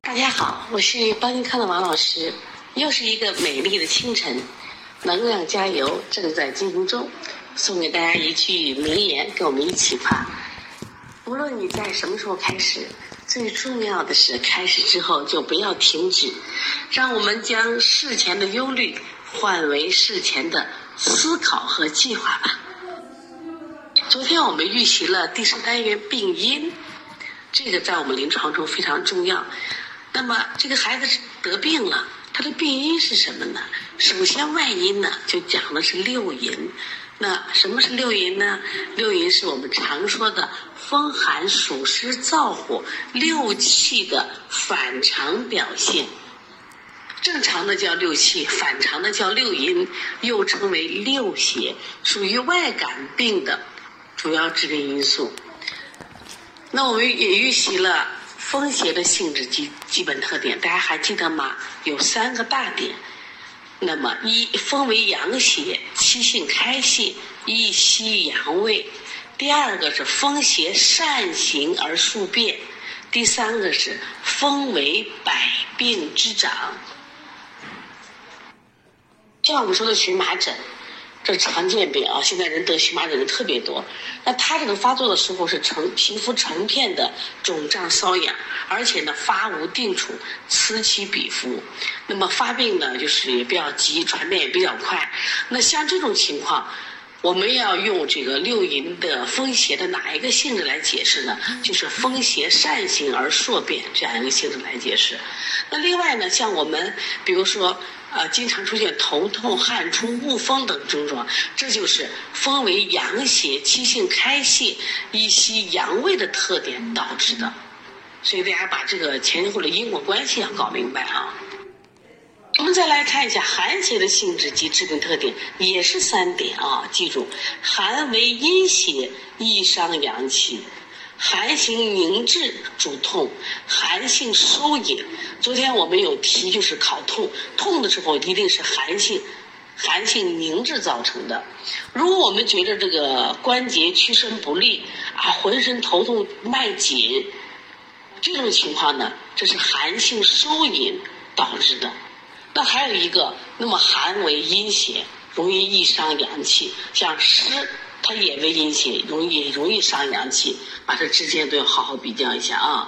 大家好，我是邦尼康的王老师。又是一个美丽的清晨，能量加油正在进行中。送给大家一句名言，跟我们一起吧。无论你在什么时候开始，最重要的是开始之后就不要停止。让我们将事前的忧虑换为事前的思考和计划吧。昨天我们预习了第10单元病因，这个在我们临床中非常重要。那么这个孩子得病了，他的病因是什么呢？首先外因呢就讲的是六淫。那什么是六淫呢？六淫是我们常说的风寒暑湿燥火六气的反常表现。正常的叫六气，反常的叫六淫，又称为六邪，属于外感病的主要致病因素。那我们也预习了风邪的性质及基本特点，大家还记得吗？有3个大点。那么一，风为阳邪，气性开泄，易息阳位；第二个是风邪善行而数变；第三个是风为百病之长。像我们说的荨麻疹，这是常见病啊，现在人得荨麻疹的特别多。那它这个发作的时候是皮肤成片的肿胀瘙痒，而且呢发无定处，此起彼伏。那么发病呢就是也比较急，传变也比较快。那像这种情况，我们要用这个六淫的风邪的哪一个性质来解释呢？就是风邪善行而数变这样一个性质来解释。那另外呢，像我们比如说经常出现头痛、汗出、恶风等症状，这就是风为阳邪，气性开泄，易息阳位的特点导致的。所以大家把这个前后的因果关系要搞明白啊。我们再来看一下寒邪的性质及致病特点，也是3点啊，记住，寒为阴邪，易伤阳气。寒性凝滞主痛，寒性收引。昨天我们有题就是考痛，痛的时候一定是寒性凝滞造成的。如果我们觉得这个关节屈伸不利浑身头痛脉紧，这种情况呢，这是寒性收引导致的。那还有一个，那么寒为阴邪，容易易伤阳气，像湿它也为阴邪，容易伤阳气，把这之间都要好好比较一下啊。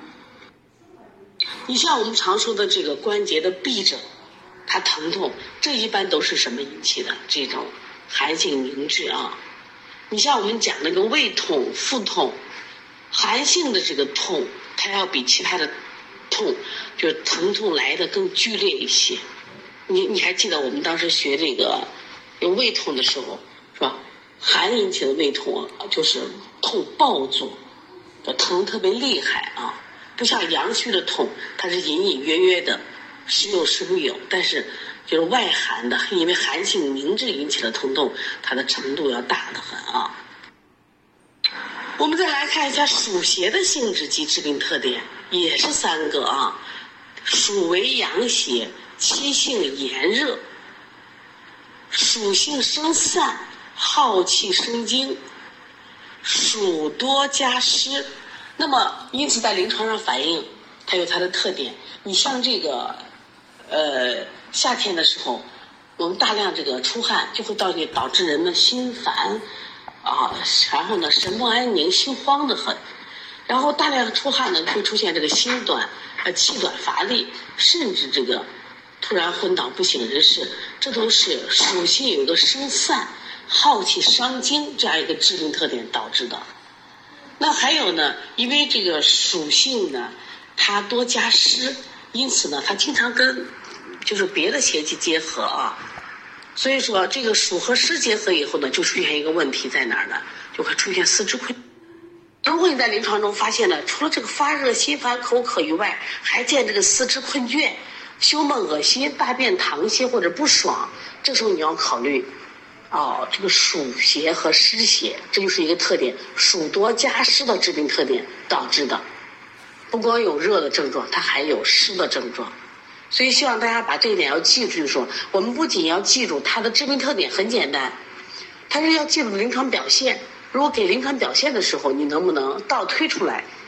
你像我们常说的这个关节的痹症，它疼痛，这一般都是什么引起的？这种寒性凝滞啊。你像我们讲那个胃痛、腹痛，寒性的这个痛，它要比其他的痛，就是疼痛来的更剧烈一些。你还记得我们当时学这个有胃痛的时候，是吧？寒引起的胃痛就是痛暴作，疼特别厉害啊，不像阳虚的痛，它是隐隐约约的，时有时不有。但是就是外寒的，因为寒性凝滞引起的疼痛，它的程度要大得很啊。我们再来看一下暑邪的性质及致病特点，也是3个啊。暑为阳邪，气性炎热，暑性生散，耗气生精，暑多加湿。那么因此在临床上反映它有它的特点。你像这个夏天的时候，我们大量这个出汗，就会导致人们心烦然后呢神不安宁，心慌得很，然后大量出汗呢会出现这个心短气短乏力，甚至这个突然昏倒不省人事，这都是暑性有一个生散耗气伤精这样一个致病特点导致的。那还有呢，因为这个暑性呢它多加湿，因此呢它经常跟就是别的邪气结合啊。所以说这个暑和湿结合以后呢，就出现一个问题在哪儿呢？就会出现四肢困。如果你在临床中发现了除了这个发热心烦口渴以外，还见这个四肢困倦、胸闷恶心、大便溏泻或者不爽，这时候你要考虑这个暑邪和湿邪，这就是一个特点，暑多加湿的致病特点导致的。不光有热的症状，它还有湿的症状。所以希望大家把这一点要记住，就是说我们不仅要记住它的致病特点很简单，它是要记住临床表现。如果给临床表现的时候，你能不能倒推出来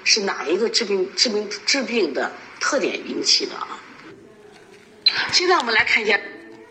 是哪一个治病的特点引起的啊？现在我们来看一下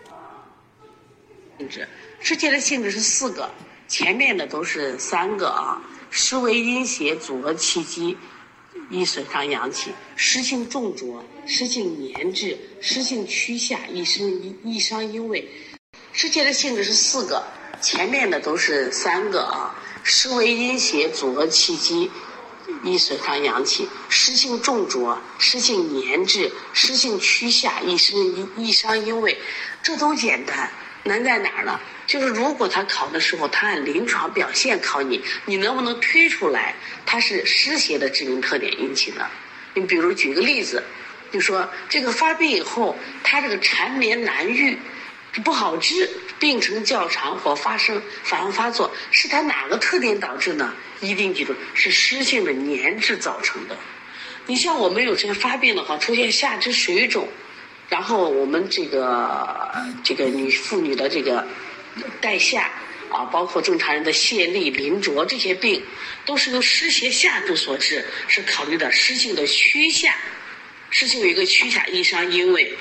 性质，湿邪的性质是4个，前面的都是3个啊。湿为阴邪，阻遏气机，易损伤阳气；湿性重浊，湿性粘滞，湿性趋下，易伤阴胃。湿邪的性质是4个，前面的都是3个啊。湿为阴邪，阻遏气机，易损伤阳气；湿性重浊，湿性粘滞，湿性趋下，易伤阴胃。这都简单，难在哪儿呢？就是如果他考的时候，他按临床表现考你，你能不能推出来它是湿邪的致病特点引起的？你比如举个例子，就说这个发病以后，他这个缠绵难愈，不好治，病程较长或反复发作，是他哪个特点导致呢？一定记住，是湿性的粘滞造成的。你像我们有些发病的话，出现下肢水肿，然后我们这个妇女的这个带下啊，包括正常人的泄痢、淋浊这些病，都是由湿邪下注所致，是考虑的湿性的趋下，湿性有一个趋下，易伤阴胃。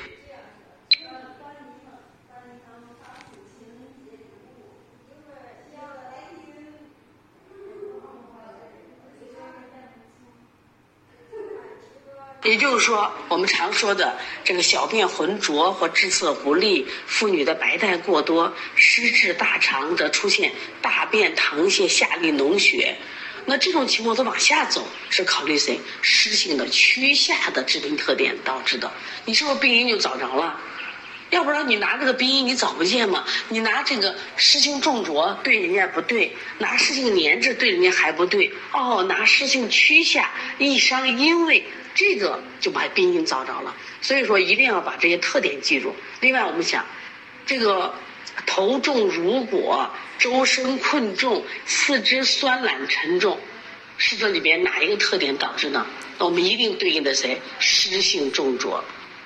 也就是说，我们常说的这个小便浑浊或滞涩不利，妇女的白带过多，湿滞大肠则出现大便溏泻、下痢脓血。那这种情况都往下走，是考虑谁？湿性的趋下的致病特点导致的。你是不是病因就找着了？要不然你拿这个病因你找不见吗？你拿这个湿性重浊对人家不对，拿湿性粘滞对人家还不对，拿湿性趋下易伤阴胃，这个就把病因找着了。所以说一定要把这些特点记住。另外我们想，这个头重如裹，周身困重，四肢酸懒沉重，是这里边哪一个特点导致呢？那我们一定对应的谁？湿性重浊。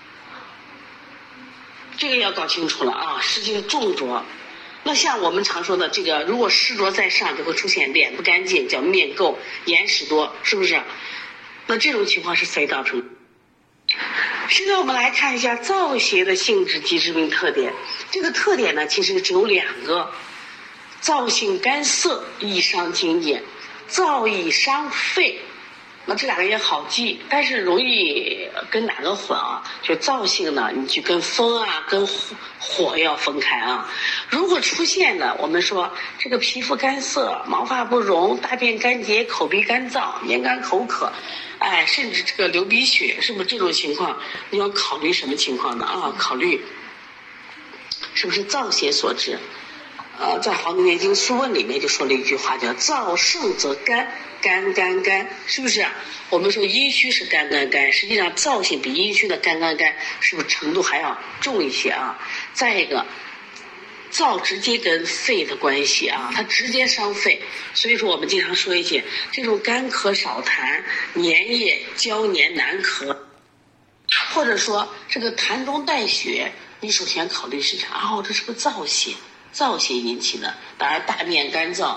这个要搞清楚了啊，湿性重浊。那像我们常说的这个，如果湿浊在上，就会出现脸不干净，叫面垢、眼屎多，是不是？那这种情况是谁造成的？现在我们来看一下燥邪的性质及致病特点。这个特点呢，其实只有2个：燥性干涩，易伤津液；燥易伤肺。那这2个也好记，但是容易跟哪个混啊？就燥性呢，你去跟风啊、跟火要分开啊。如果出现的，我们说这个皮肤干涩、毛发不荣、大便干结、口鼻干燥、咽干口渴，甚至这个流鼻血，是不是这种情况？你要考虑什么情况呢？考虑是不是燥邪所致？在《黄帝内经·素问》里面就说了一句话，叫燥盛则干，干，是不是？我们说阴虚是干，实际上燥性比阴虚的干，是不是程度还要重一些啊？再一个，燥直接跟肺的关系啊，它直接伤肺，所以说我们经常说一些这种干咳少痰、粘液胶黏难咳，或者说这个痰中带血，你首先考虑是啥？这是个燥邪引起的。当然大便干燥，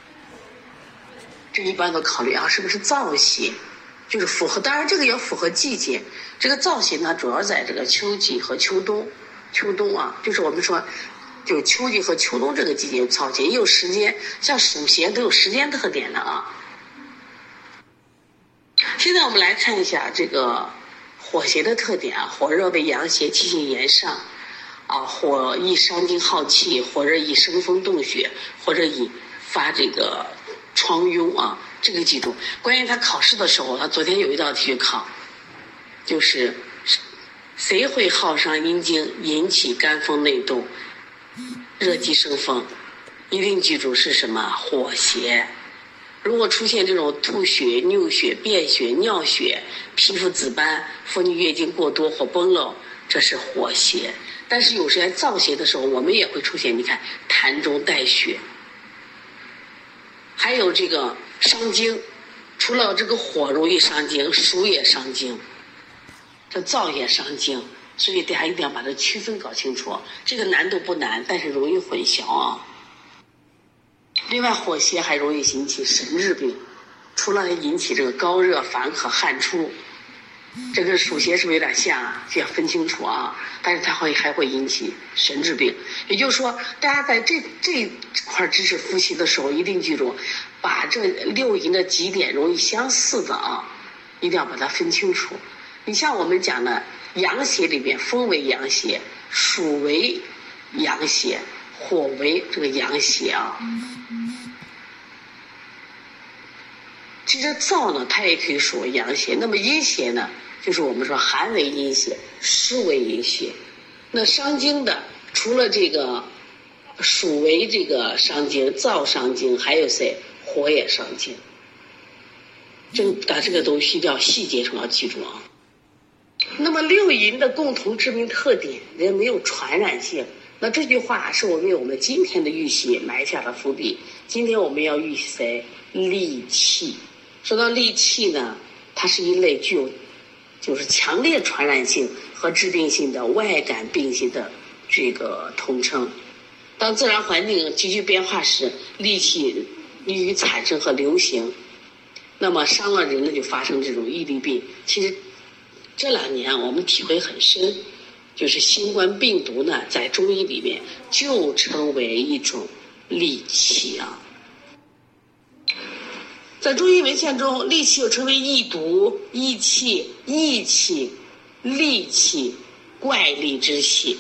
这一般都考虑是不是燥邪，就是符合，当然这个也符合季节。这个燥邪呢，主要在这个秋季和秋冬就是我们说就秋季和秋冬这个季节燥邪，也有时间，像暑邪都有时间特点的啊。现在我们来看一下这个火邪的特点啊，火热为阳邪，气性炎上火易伤津耗气，火热易生风动血，或者易发这个疮痈啊，这个记住。关于他考试的时候，他昨天有一道题考，就是谁会耗伤阴经，引起肝风内动，热极生风？一定记住是什么？火邪。如果出现这种吐血、衄血、便血、尿血、皮肤紫斑、妇女月经过多或崩漏，这是火邪。但是有时间燥邪的时候，我们也会出现，你看痰中带血，还有这个伤精，除了这个火容易伤精，暑也伤精，这燥也伤精，所以大家一定要把这区分搞清楚。这个难度不难，但是容易混淆啊。另外火邪还容易引起神志病， 除了引起这个高热、烦渴、汗出，这个属邪是不是有点像啊？就要分清楚啊。但是它还会引起神志病。也就是说，大家在这块知识复习的时候，一定记住，把这六淫的几点容易相似的啊，一定要把它分清楚。你像我们讲的阳邪里边，风为阳邪，暑为阳邪，火为这个阳邪啊。其实燥呢，它也可以属为阳邪。那么阴邪呢，就是我们说寒为阴邪，湿为阴邪。那伤经的，除了这个暑为这个伤经，燥伤经，还有谁？火也伤经。把这个东西一定要细节上要记住啊。那么六淫的共同致命特点，人没有传染性。那这句话是我为我们今天的预习埋下了伏笔。今天我们要预习谁？戾气。说到戾气呢，它是一类具有就是强烈传染性和致病性的外感病性的这个统称。当自然环境急剧变化时，戾气易于产生和流行，那么伤了人呢，就发生这种疫痢病。其实这2年我们体会很深，就是新冠病毒呢，在中医里面就称为一种戾气啊。在中医文献中，戾气又称为疫毒、疫气、疫气、戾气、怪戾之气。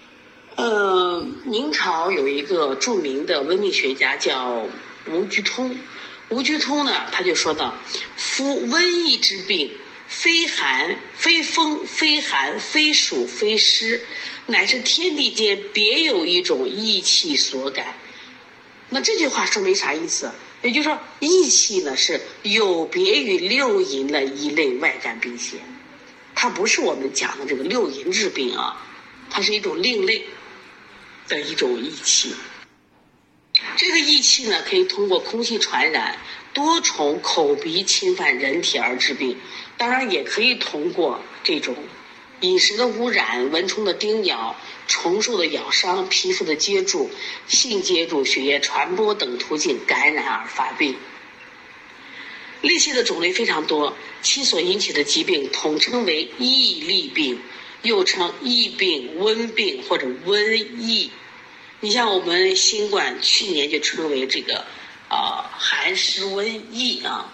明朝有一个著名的瘟疫学家叫吴鞠通。吴鞠通呢，他就说到：夫瘟疫之病，非寒、非风、非寒、非暑、非湿，乃是天地间别有一种疫气所感。那这句话说明啥意思？也就是说，疫气呢是有别于六淫的一类外感病邪，它不是我们讲的这个六淫治病啊，它是一种另类的一种疫气。这个疫气呢，可以通过空气传染、多重口鼻侵犯人体而致病，当然也可以通过这种饮食的污染、蚊虫的叮咬、虫兽的咬伤、皮肤的接触、性接触、血液传播等途径感染而发病。戾气的种类非常多，其所引起的疾病统称为疫痢病，又称疫病、瘟病或者瘟疫。你像我们新冠去年就称为这个寒湿瘟疫啊。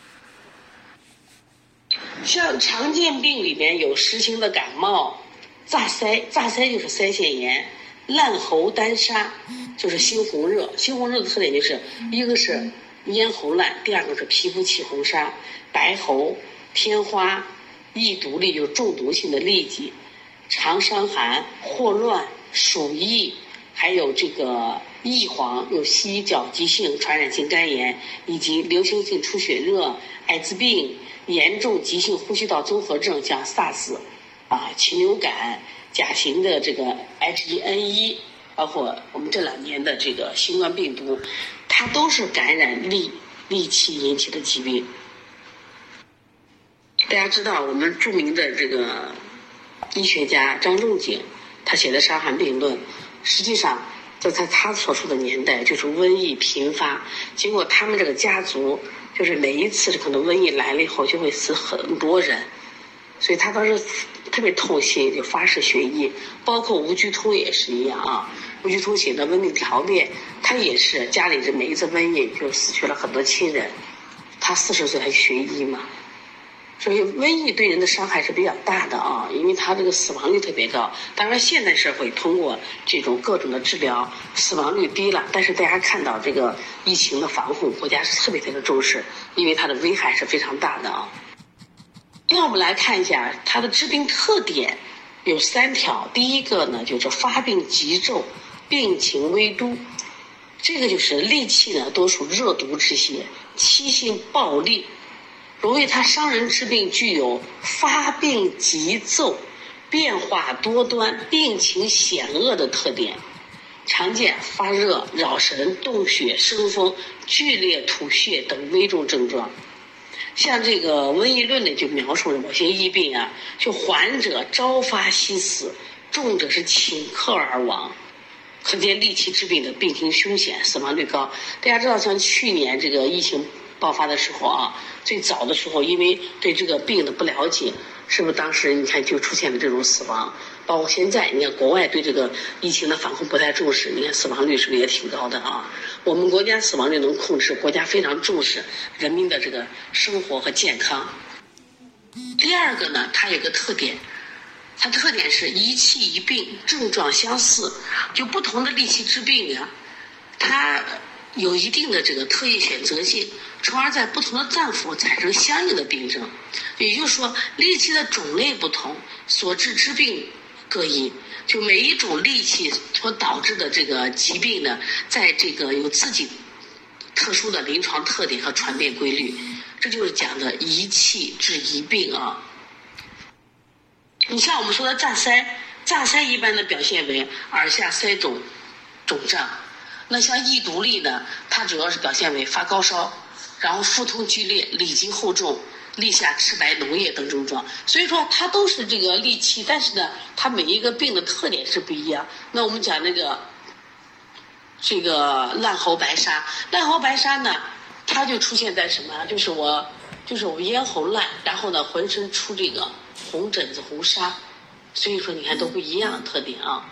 像常见病里面有实行的感冒、炸腮就是腮腺炎，烂喉单沙就是猩红热。猩红热的特点就是一个是咽喉烂，第二个是皮肤起红沙，白喉、天花、易毒痢就是中毒性的痢疾，肠伤寒、霍乱、鼠疫，还有这个异黄，有西医叫急性传染性肝炎，以及流行性出血热、艾滋病、严重急性呼吸道综合症，像 SARS 禽流感、甲型的这个 H1N1，包括我们这2年的这个新冠病毒，它都是感染戾气引起的疾病。大家知道我们著名的这个医学家张仲景，他写的《伤寒病论》，实际上就在他所处的年代就是瘟疫频发，结果他们这个家族就是每一次可能瘟疫来了以后就会死很多人，所以他当时特别痛心，就发誓学医。包括吴鞠通也是一样啊，吴鞠通写的《瘟病条列》，他也是家里这每一次瘟疫就死去了很多亲人，他40岁还学医嘛。所以瘟疫对人的伤害是比较大的啊，因为它这个死亡率特别高。当然现代社会通过这种各种的治疗，死亡率低了，但是大家看到这个疫情的防护，国家是特别重视，因为它的危害是非常大的啊。那我们来看一下它的致病特点有3条。第一个呢，就是发病急骤，病情微督。这个就是戾气呢，多属热毒之邪，气性暴烈，容易它伤人之病具有发病急骤、变化多端、病情险恶的特点，常见发热、扰神、动血、生风、剧烈吐血等危重症状。像这个《瘟疫论》里就描述了某些疫病啊，就患者朝发夕死，重者是顷刻而亡，可见戾气治病的病情凶险，死亡率高。大家知道，像去年这个疫情爆发的时候啊，最早的时候，因为对这个病的不了解，是不是当时你看就出现了这种死亡？包括现在，你看国外对这个疫情的防控不太重视，你看死亡率是不是也挺高的啊？我们国家死亡率能控制，国家非常重视人民的这个生活和健康。第二个呢，它有个特点，它特点是一气一病，症状相似，就不同的戾气治病啊，它有一定的这个特异选择性，从而在不同的脏腑产生相应的病症。也就是说，戾气的种类不同，所致之病各异，就每一种戾气所导致的这个疾病呢，在这个有自己特殊的临床特点和传变规律，这就是讲的一气治一病啊。你像我们说的炸腮，炸腮一般的表现为耳下腮肿胀，那像易毒痢呢，它主要是表现为发高烧，然后腹痛剧烈，里急后重，痢下赤白脓液等症状。所以说它都是这个戾气，但是呢，它每一个病的特点是不一样。那我们讲这个烂喉白沙，烂喉白沙呢，它就出现在什么？就是我咽喉烂，然后呢浑身出这个红疹子、红沙，所以说你看都不一样的特点啊。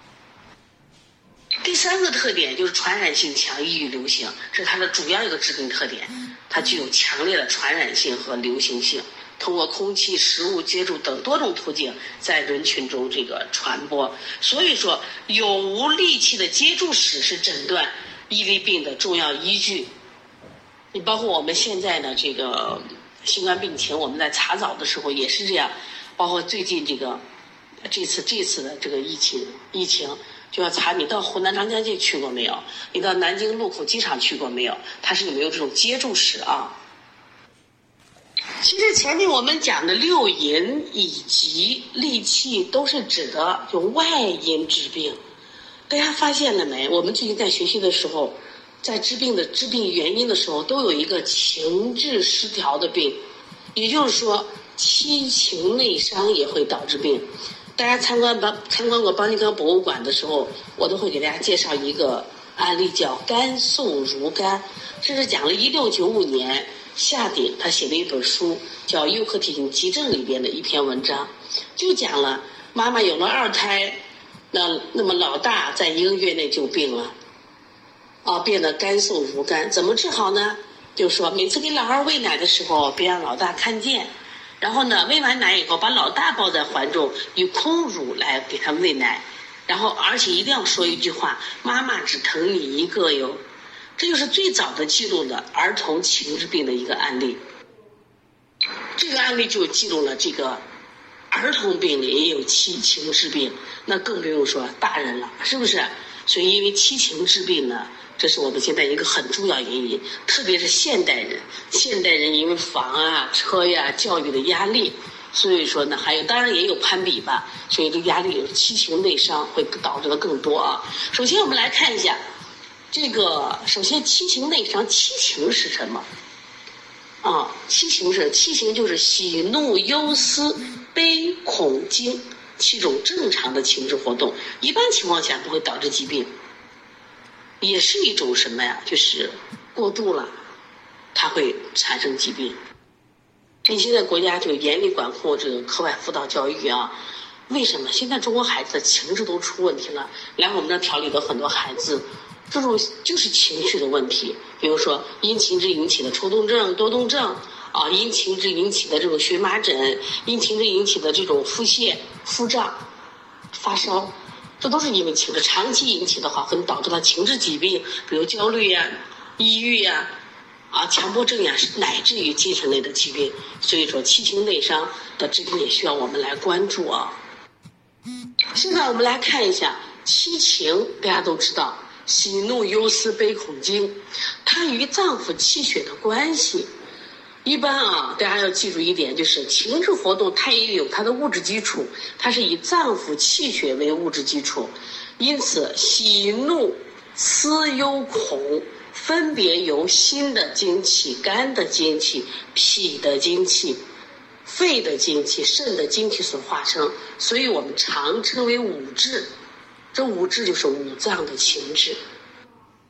第三个特点就是传染性强，易于流行，这是它的主要一个致病特点，它具有强烈的传染性和流行性，通过空气、食物接触等多种途径在人群中这个传播。所以说，有无戾气的接触史是诊断疫痢病的重要依据。你包括我们现在的这个新冠病情，我们在查找的时候也是这样，包括最近这次的这个疫情就要查你到湖南长江街去过没有，你到南京禄口机场去过没有，它是有没有这种接触史啊。其实前面我们讲的六淫以及戾气都是指的就外因治病，大家发现了没？我们最近在学习的时候，在治病原因的时候，都有一个情志失调的病，也就是说七情内伤也会导致病。大家参观过邦尼康博物馆的时候，我都会给大家介绍一个案例，叫甘肃如甘。这是讲了1695年夏鼎他写的一本书，叫《幼科体型急症》里边的一篇文章，就讲了妈妈有了二胎，那么老大在1个月内就病了，变得甘肃如甘。怎么治好呢？就是说每次给老二喂奶的时候，别让老大看见。然后呢，喂完奶以后，把老大抱在怀中，以空乳来给他喂奶，然后而且一定要说一句话：妈妈只疼你一个哟。这就是最早的记录的儿童情志病的一个案例。这个案例就记录了这个儿童病里也有七情治病，那更不用说大人了，是不是？所以因为七情治病呢，这是我们现在一个很重要原因，特别是现代人因为房啊、车呀、教育的压力，所以说呢，还有当然也有攀比吧，所以这压力有七情内伤会导致的更多啊。首先我们来看一下首先七情内伤，七情是什么？七情就是喜怒忧思悲恐惊7种正常的情志活动，一般情况下不会导致疾病，也是一种什么呀？就是过度了，它会产生疾病。你现在国家就严厉管控这个课外辅导教育啊，为什么？现在中国孩子的情志都出问题了，来我们这调理的很多孩子，这种就是情绪的问题，比如说因情志引起的抽动症、多动症因情志引起的这种荨麻疹，因情志引起的这种腹泻、腹胀、发烧，这都是因为情志长期引起的话，可能导致他情志疾病，比如焦虑呀、抑郁呀、强迫症呀，乃至于精神类的疾病。所以说，七情内伤的治病也需要我们来关注啊。现在我们来看一下七情，大家都知道，喜怒忧思悲恐惊，它与脏腑气血的关系。一般大家要记住一点，就是情志活动它也有它的物质基础，它是以脏腑气血为物质基础，因此喜怒思忧恐分别由心的精气、肝的精气、脾的精气、肺的精气、肾的精气所化成，所以我们常称为五志。这五志就是五脏的情志。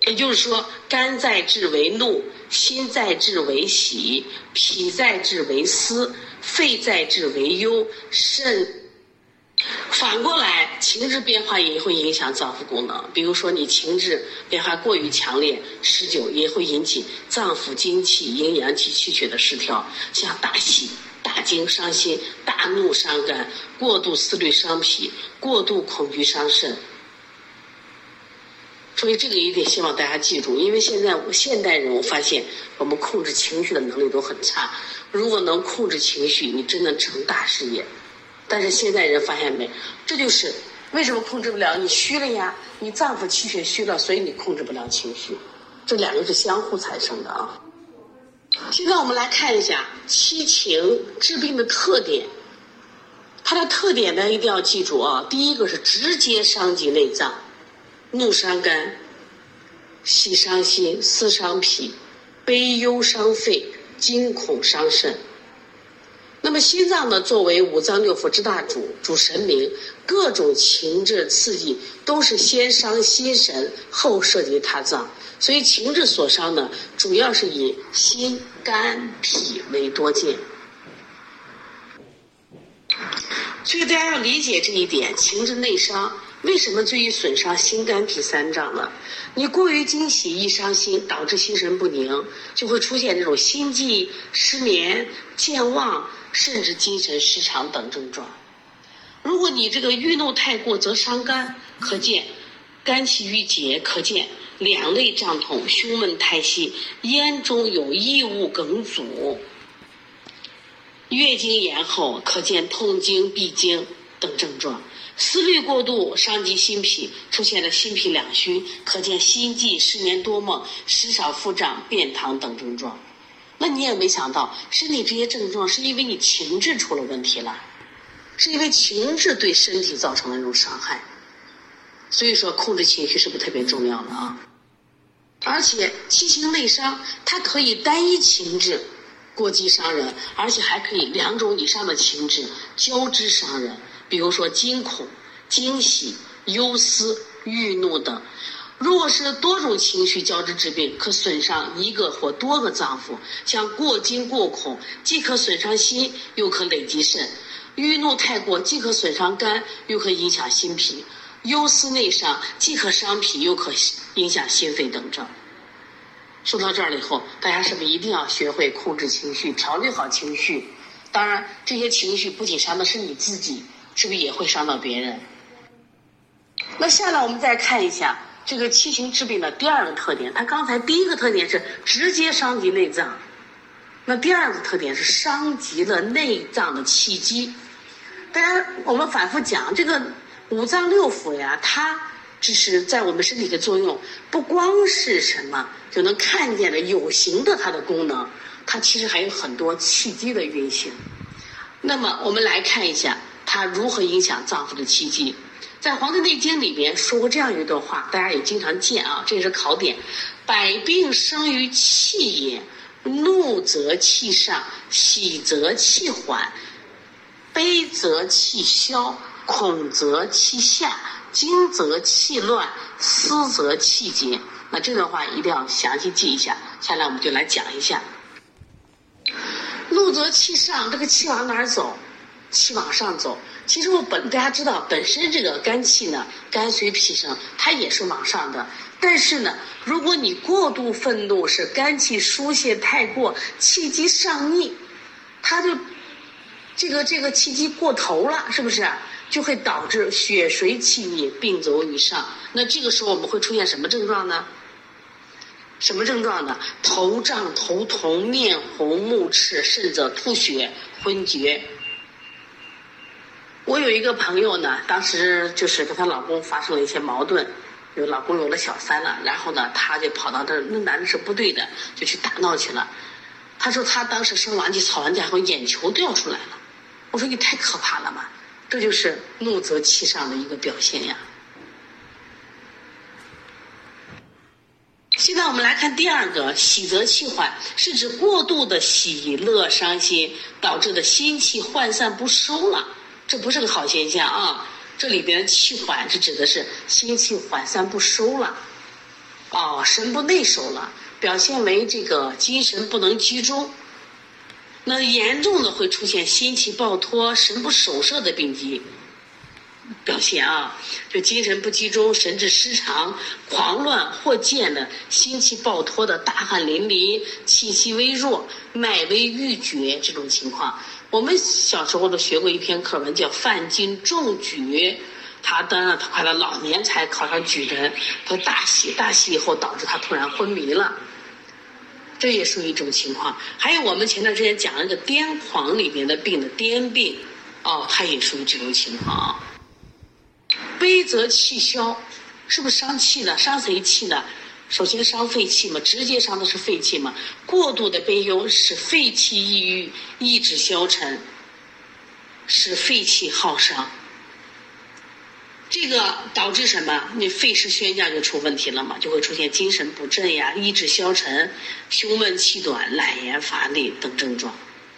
也就是说，肝在治为怒，心在治为喜，脾在治为思，肺在治为忧，肾。反过来，情志变化也会影响脏腑功能。比如说，你情志变化过于强烈，持久也会引起脏腑精气、阴阳气气血的失调，像大喜、大惊伤心、大怒伤肝，过度思虑伤脾，过度恐惧伤肾。所以这个一定希望大家记住，因为现代人我发现我们控制情绪的能力都很差。如果能控制情绪，你真能成大事业。但是现在人发现没，这就是为什么控制不了，你虚了呀，你脏腑气血虚了，所以你控制不了情绪，这两个是相互产生的啊。现在我们来看一下七情治病的特点，它的特点呢一定要记住啊。第一个是直接伤及内脏，怒伤肝，喜伤心，思伤脾，悲忧伤肺，惊恐伤肾。那么心脏呢，作为五脏六腑之大主，主神明，各种情志刺激都是先伤心神，后涉及他脏，所以情志所伤呢，主要是以心、肝、脾为多见。所以大家要理解这一点，情志内伤为什么最易损伤心、肝、脾三脏呢？你过于惊喜易伤心，导致心神不宁，就会出现这种心悸、失眠、健忘，甚至精神失常等症状。如果你这个郁怒太过，则伤肝，可见肝气郁结，可见两肋胀痛、胸闷太息，咽中有异物梗阻。月经延后，可见痛经、闭经等症状。思虑过度伤及心脾，出现了心脾两虚，可见心悸、失眠多梦、食少腹胀、便溏等症状。那你也没想到，身体这些症状是因为你情志出了问题了，是因为情志对身体造成了这种伤害。所以说控制情绪是不是特别重要的啊？而且七情内伤，它可以单一情志过激伤人，而且还可以两种以上的情志交织伤人。比如说惊恐、惊喜、忧思、郁怒等。如果是多种情绪交织致病，可损伤一个或多个脏腑，像过惊过恐，既可损伤心，又可累积肾；郁怒太过，既可损伤肝，又可影响心脾；忧思内伤，既可伤脾，又可影响心肺等症。说到这儿了以后，大家是不是一定要学会控制情绪，调理好情绪？当然，这些情绪不仅伤的是你自己，是不是也会伤到别人？那下来我们再看一下这个七情治病的第二个特点。它刚才第一个特点是直接伤及内脏，那第二个特点是伤及了内脏的气机。大家我们反复讲，这个五脏六腑呀，它只是在我们身体的作用，不光是什么就能看见的有形的它的功能，它其实还有很多气机的运行。那么我们来看一下它如何影响脏腑的气机。在《黄帝内经》里边说过这样一段话，大家也经常见啊，这也是考点：百病生于气也，怒则气上，喜则气缓，悲则气消，恐则气下，惊则气乱，思则气结。那这段话一定要详细记一下。下来我们就来讲一下。怒则气上，这个气往哪儿走？气往上走。其实大家知道，本身这个肝气呢，肝随脾生，它也是往上的。但是呢，如果你过度愤怒，是肝气疏泄太过，气机上逆，它就这个气机过头了，是不是？就会导致血水气逆，病走以上。那这个时候我们会出现什么症状呢？什么症状呢？头胀、头痛、面红、目赤，甚至吐血、昏厥。我有一个朋友呢，当时就是跟她老公发生了一些矛盾，老公有了小三了，然后呢，她就跑到这儿，那男的是不对的，就去打闹去了。她说她当时生完气、吵完架后，眼球掉出来了。我说你太可怕了嘛，这就是怒则气上的一个表现呀。现在我们来看第二个，喜则气缓，是指过度的喜乐伤心，导致的心气涣散不收了。这不是个好现象啊！这里边的气缓是指的是心气涣散不收了。 神不内守了，表现为这个精神不能集中。那严重的会出现心气暴脱、神不守舍的病机表现就精神不集中、神志失常、狂乱或见的心气暴脱的大汗淋漓、气息微弱、脉微欲绝这种情况。我们小时候都学过一篇课文叫范进中举，他快到老年才考上举人，他大喜以后导致他突然昏迷了，这也属于一种情况。还有我们前段时间讲了一个癫狂里面的病的癫病它也属于这种情况悲则气消，是不是伤气的？伤谁气的？首先伤肺气嘛，直接伤的是肺气嘛。过度的悲忧使肺气抑郁，意志消沉，使肺气耗伤。这个导致什么？你肺湿宣降就出问题了嘛，就会出现精神不振呀、意志消沉、胸闷气短、懒言乏力等症状。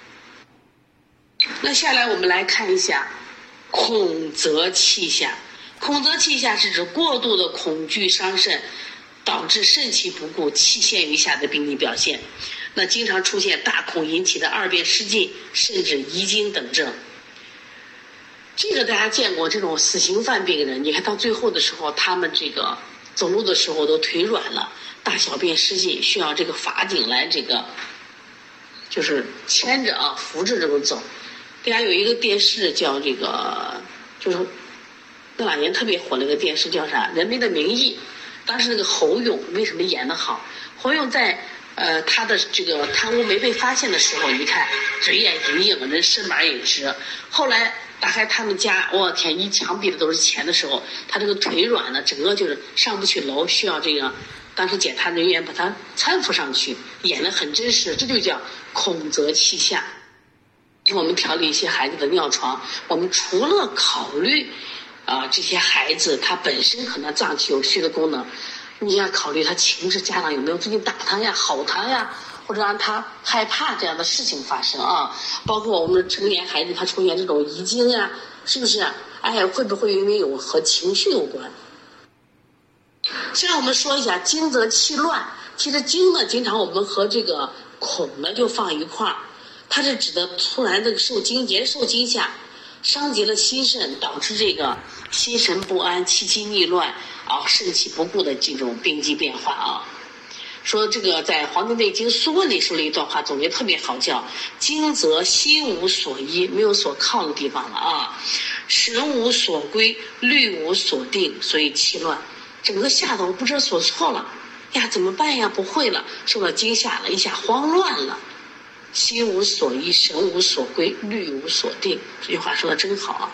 那下来我们来看一下恐则气下。恐则气下是指过度的恐惧伤肾，导致肾气不固、气陷于下的病理表现。那经常出现大恐引起的二便失禁，甚至遗精等症。这个大家见过，这种死刑犯病人，你看到最后的时候，他们这个走路的时候都腿软了，大小便失禁，需要这个法警来这个就是牵着扶着这种走。大家有一个电视叫这个，就是那两年特别火那个电视叫啥？《人民的名义》。当时那个侯勇为什么演得好？侯勇在他的这个贪污没被发现的时候，你看嘴也硬硬，人身板也直。后来打开他们家，我天，一墙壁的都是钱的时候，他这个腿软了，整个就是上不去楼，需要这个当时检查人员把他搀扶上去，演得很真实。这就叫恐则气下。我们调理一些孩子的尿床，我们除了考虑这些孩子他本身可能脏器有虚的功能，你要考虑他情志，家长有没有最近打他呀、吼他呀，或者让他害怕这样的事情发生包括我们的成年孩子他出现这种遗精呀，是不是会不会因为有和情绪有关？现在我们说一下惊则气乱。其实惊呢，经常我们和这个恐呢就放一块儿，它是指的突然的受惊吓，伤及了心肾，导致这个心神不安、气机逆乱肾气不固的这种病机变化说这个在《黄帝内经·素问》里说了一段话，总结特别好，叫惊则心无所依，没有所靠的地方了神无所归，虑无所定，所以气乱，整个吓得我不知所措了呀，怎么办呀？不会了，受到惊吓了，一下慌乱了。心无所依，神无所归，虑无所定，这句话说的真好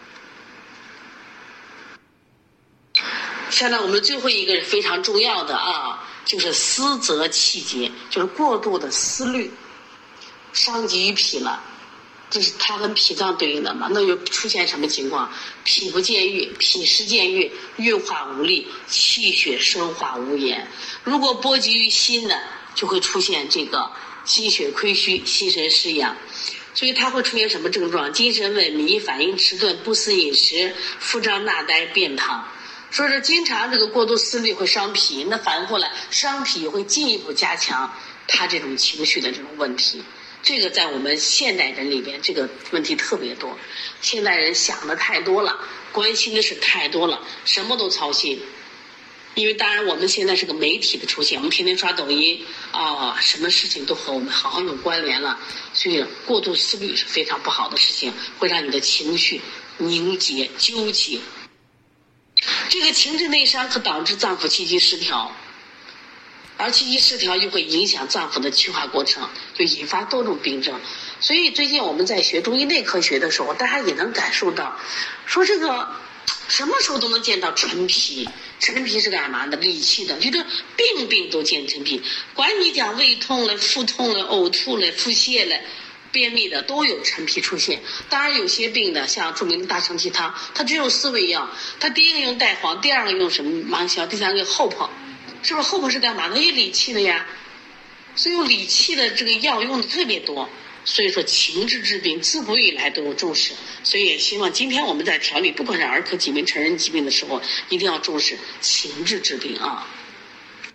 现在我们最后一个非常重要的就是思则气结，就是过度的思虑，伤及于脾了。这是它跟脾脏对应的嘛？那就出现什么情况？脾不健郁，脾湿健郁，运化无力，气血生化无言。如果波及于心呢，就会出现这个心血亏虚，心神失养。所以它会出现什么症状？精神萎靡，反应迟钝，不思饮食，腹胀纳呆，便溏。说是经常这个过度思虑会伤脾，那反过来伤脾会进一步加强他这种情绪的这种问题。这个在我们现代人里边，这个问题特别多。现代人想的太多了，关心的事太多了，什么都操心。因为当然我们现在是个媒体的出现，我们天天刷抖音什么事情都和我们好有关联了，所以过度思虑是非常不好的事情，会让你的情绪凝结纠结。这个情志内伤可导致脏腑气机失调，而气机失调又会影响脏腑的气化过程，就引发多种病症。所以最近我们在学中医内科学的时候，大家也能感受到，说这个什么时候都能见到陈皮。陈皮是干嘛的？理气的，就是病都见陈皮。管你讲胃痛了、腹痛了、呕吐了、腹泻了、便秘的，都有陈皮出现。当然有些病的，像著名的大承气汤，它只有4味药，它第一个用带黄，第二个用什么芒硝，第三个厚朴。是不是厚朴是干嘛的？也理气的呀。所以用理气的这个药用的特别多。所以说情志治病自古以来都有重视，所以也希望今天我们在调理不管是儿科疾病、成人疾病的时候，一定要重视情志治病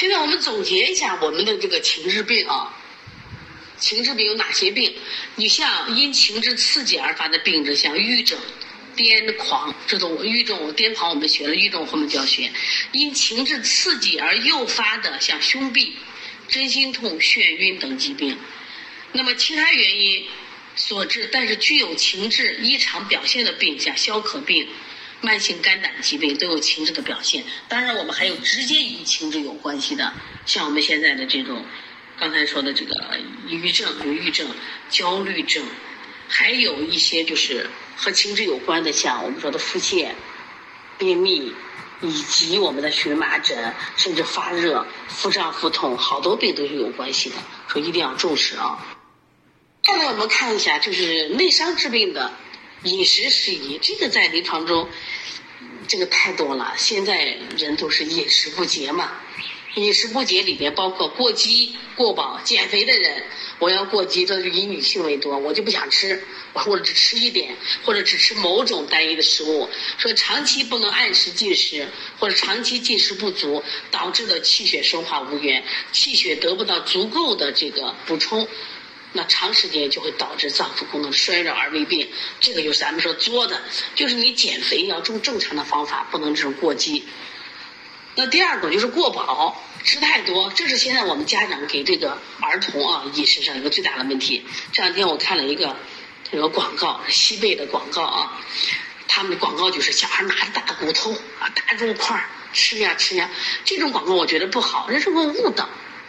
现在我们总结一下我们的这个情志病啊，情志病有哪些病？你像因情志刺激而发的病症，像郁症、癫狂，这种郁症、癫狂我们学了，郁症后面就要学。因情志刺激而诱发的，像胸痹、真心痛、眩晕等疾病。那么其他原因所致但是具有情志异常表现的病，像消渴病、慢性肝胆疾病都有情志的表现。当然我们还有直接与情志有关系的，像我们现在的这种刚才说的这个抑郁症、焦虑症，还有一些就是和情志有关的，像我们说的腹泻、便秘，以及我们的荨麻疹，甚至发热、腹胀、腹痛，好多病都是有关系的，所以一定要重视啊。再来我们看一下，就是内伤致病的饮食适宜，这个在临床中这个太多了，现在人都是饮食不节嘛。饮食不节里边包括过饥过饱，减肥的人我要过饥，这就以女性为多，我就不想吃，或者只吃一点，或者只吃某种单一的食物，说长期不能按时进食，或者长期进食不足，导致的气血生化无源，气血得不到足够的这个补充，那长时间就会导致脏腑功能衰弱而为病。这个就是咱们说作的，就是你减肥要用正常的方法，不能这种过激。那第二种就是过饱，吃太多，这是现在我们家长给这个儿童啊饮食上一个最大的问题。这两天我看了一个这个广告，西贝的广告啊，他们的广告就是小孩拿着大骨头啊、大肉块吃呀，这种广告我觉得不好，这是个误导。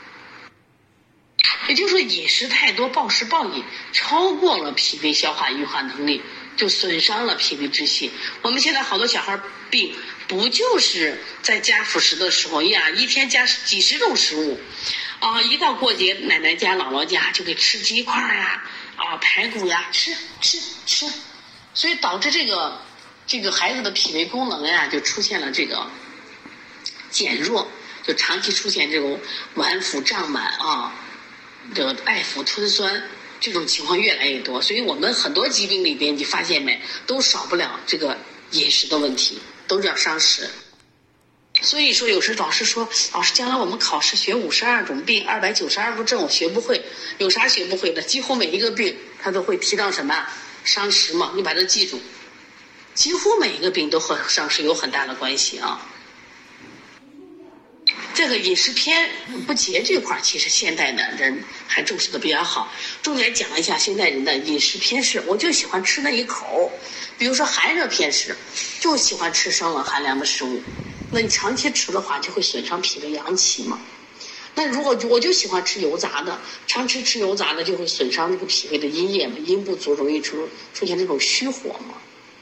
也就是说饮食太多，暴食暴饮，超过了脾胃消化运化能力，就损伤了脾胃之气。我们现在好多小孩病，不就是在加辅食的时候呀，一天加几十种食物啊，一到过节奶奶家姥姥家就给吃鸡块呀排骨呀，吃，所以导致这个孩子的脾胃功能呀就出现了这个减弱，就长期出现这种脘腹胀满啊，这个爱腹吞酸，这种情况越来越多。所以我们很多疾病里边你发现没，都少不了这个饮食的问题，都是要伤食。所以说有时老师说，老师将来我们考试学52种病292个症我学不会，有啥学不会的？几乎每一个病他都会提到什么伤食嘛，你把它记住，几乎每一个病都和伤食有很大的关系啊。这个饮食偏不节这块，其实现代的人还重视的比较好。重点讲一下现代人的饮食偏食，我就喜欢吃那一口。比如说寒热偏食，就喜欢吃生冷寒凉的食物，那你长期吃的话就会损伤脾胃阳气嘛。那如果我就喜欢吃油炸的，长期吃油炸的就会损伤这个脾胃的阴液嘛，阴不足容易出现这种虚火嘛。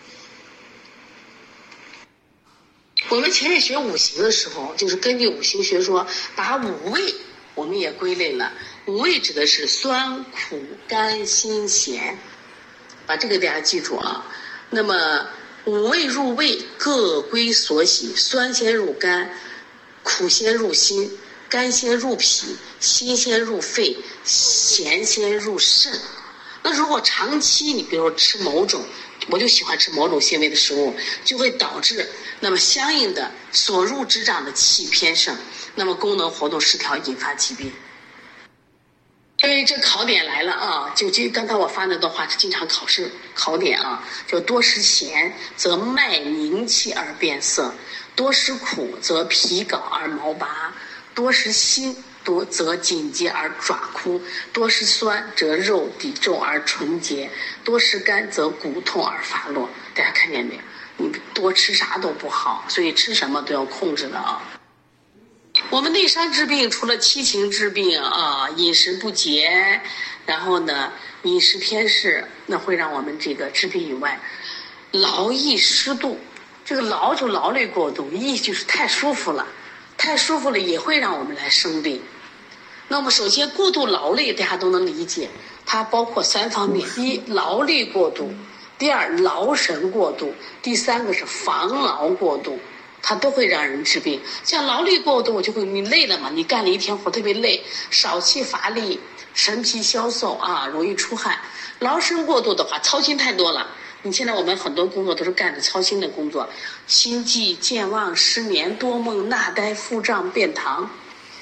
我们前面学五行的时候，就是根据五行学说，把五味我们也归类了。五味指的是酸、苦、甘、辛、咸，把这个大家记住啊。那么五味入胃各归所喜，酸先入肝，苦先入心，甘先入脾，辛先入肺，咸先入肾。那如果长期你比如说吃某种，我就喜欢吃某种纤维的食物，就会导致那么相应的所入之脏的气偏盛，那么功能活动失调，引发疾病。这考点来了啊！就刚才我发那段话是经常考试考点啊，就多食咸则脉凝气而变色，多食苦则皮槁而毛拔，多食辛则紧结而爪枯，多食酸则肉抵皱而纯结，多食甘则骨痛而发落。大家看见没有？你多吃啥都不好，所以吃什么都要控制的啊。我们内伤治病除了七情治病啊，饮食不节，然后呢饮食偏食，那会让我们这个治病以外，劳逸失度，这个劳就劳累过度，逸就是太舒服了也会让我们来生病。那么首先过度劳累大家都能理解，它包括3方面：一劳累过度，第二劳神过度，第三个是防劳过度，它都会让人治病。像劳累过度就会你累了嘛，你干了一天活特别累，少气乏力，神疲消瘦啊，容易出汗。劳神过度的话，操心太多了，你现在我们很多工作都是干着操心的工作，心悸健忘失眠多梦纳呆腹胀便溏，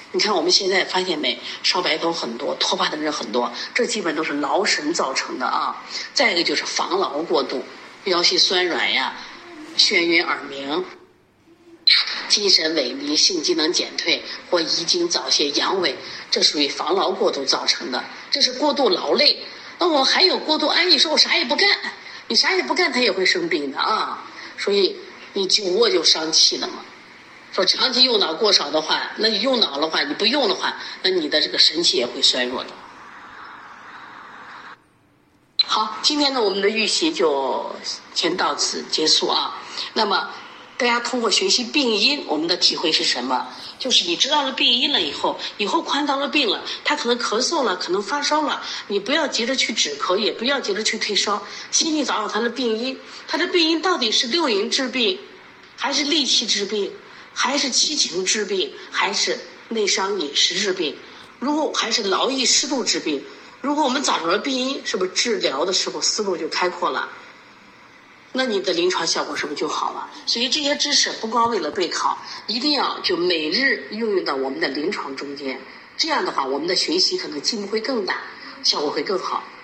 你看我们现在发现没，烧白头很多，脱发的人很多，这基本都是劳神造成的啊。再一个就是防劳过度，腰膝酸软呀，眩晕耳鸣，精神萎靡，性机能减退或遗精早泄阳痿，这属于防劳过度造成的，这是过度劳累。那我还有过度安逸，说我啥也不干，你啥也不干他也会生病的啊。所以你久卧就伤气了嘛。说长期用脑过少的话，那你用脑的话，你不用的话，那你的这个神气也会衰弱的。好，今天呢，我们的预习就先到此结束啊。那么大家通过学习病因，我们的体会是什么？就是你知道了病因了以后看到了病了，他可能咳嗽了，可能发烧了，你不要急着去止咳，也不要急着去退烧，先去找找他的病因。他的病因到底是六淫治病，还是戾气治病，还是七情治病，还是内伤饮食治病？如果还是劳逸失度治病，如果我们找着了病因，是不是治疗的时候思路就开阔了？那你的临床效果是不是就好了？所以这些知识不光为了备考，一定要就每日运用到我们的临床中间。这样的话，我们的学习可能进步会更大，效果会更好。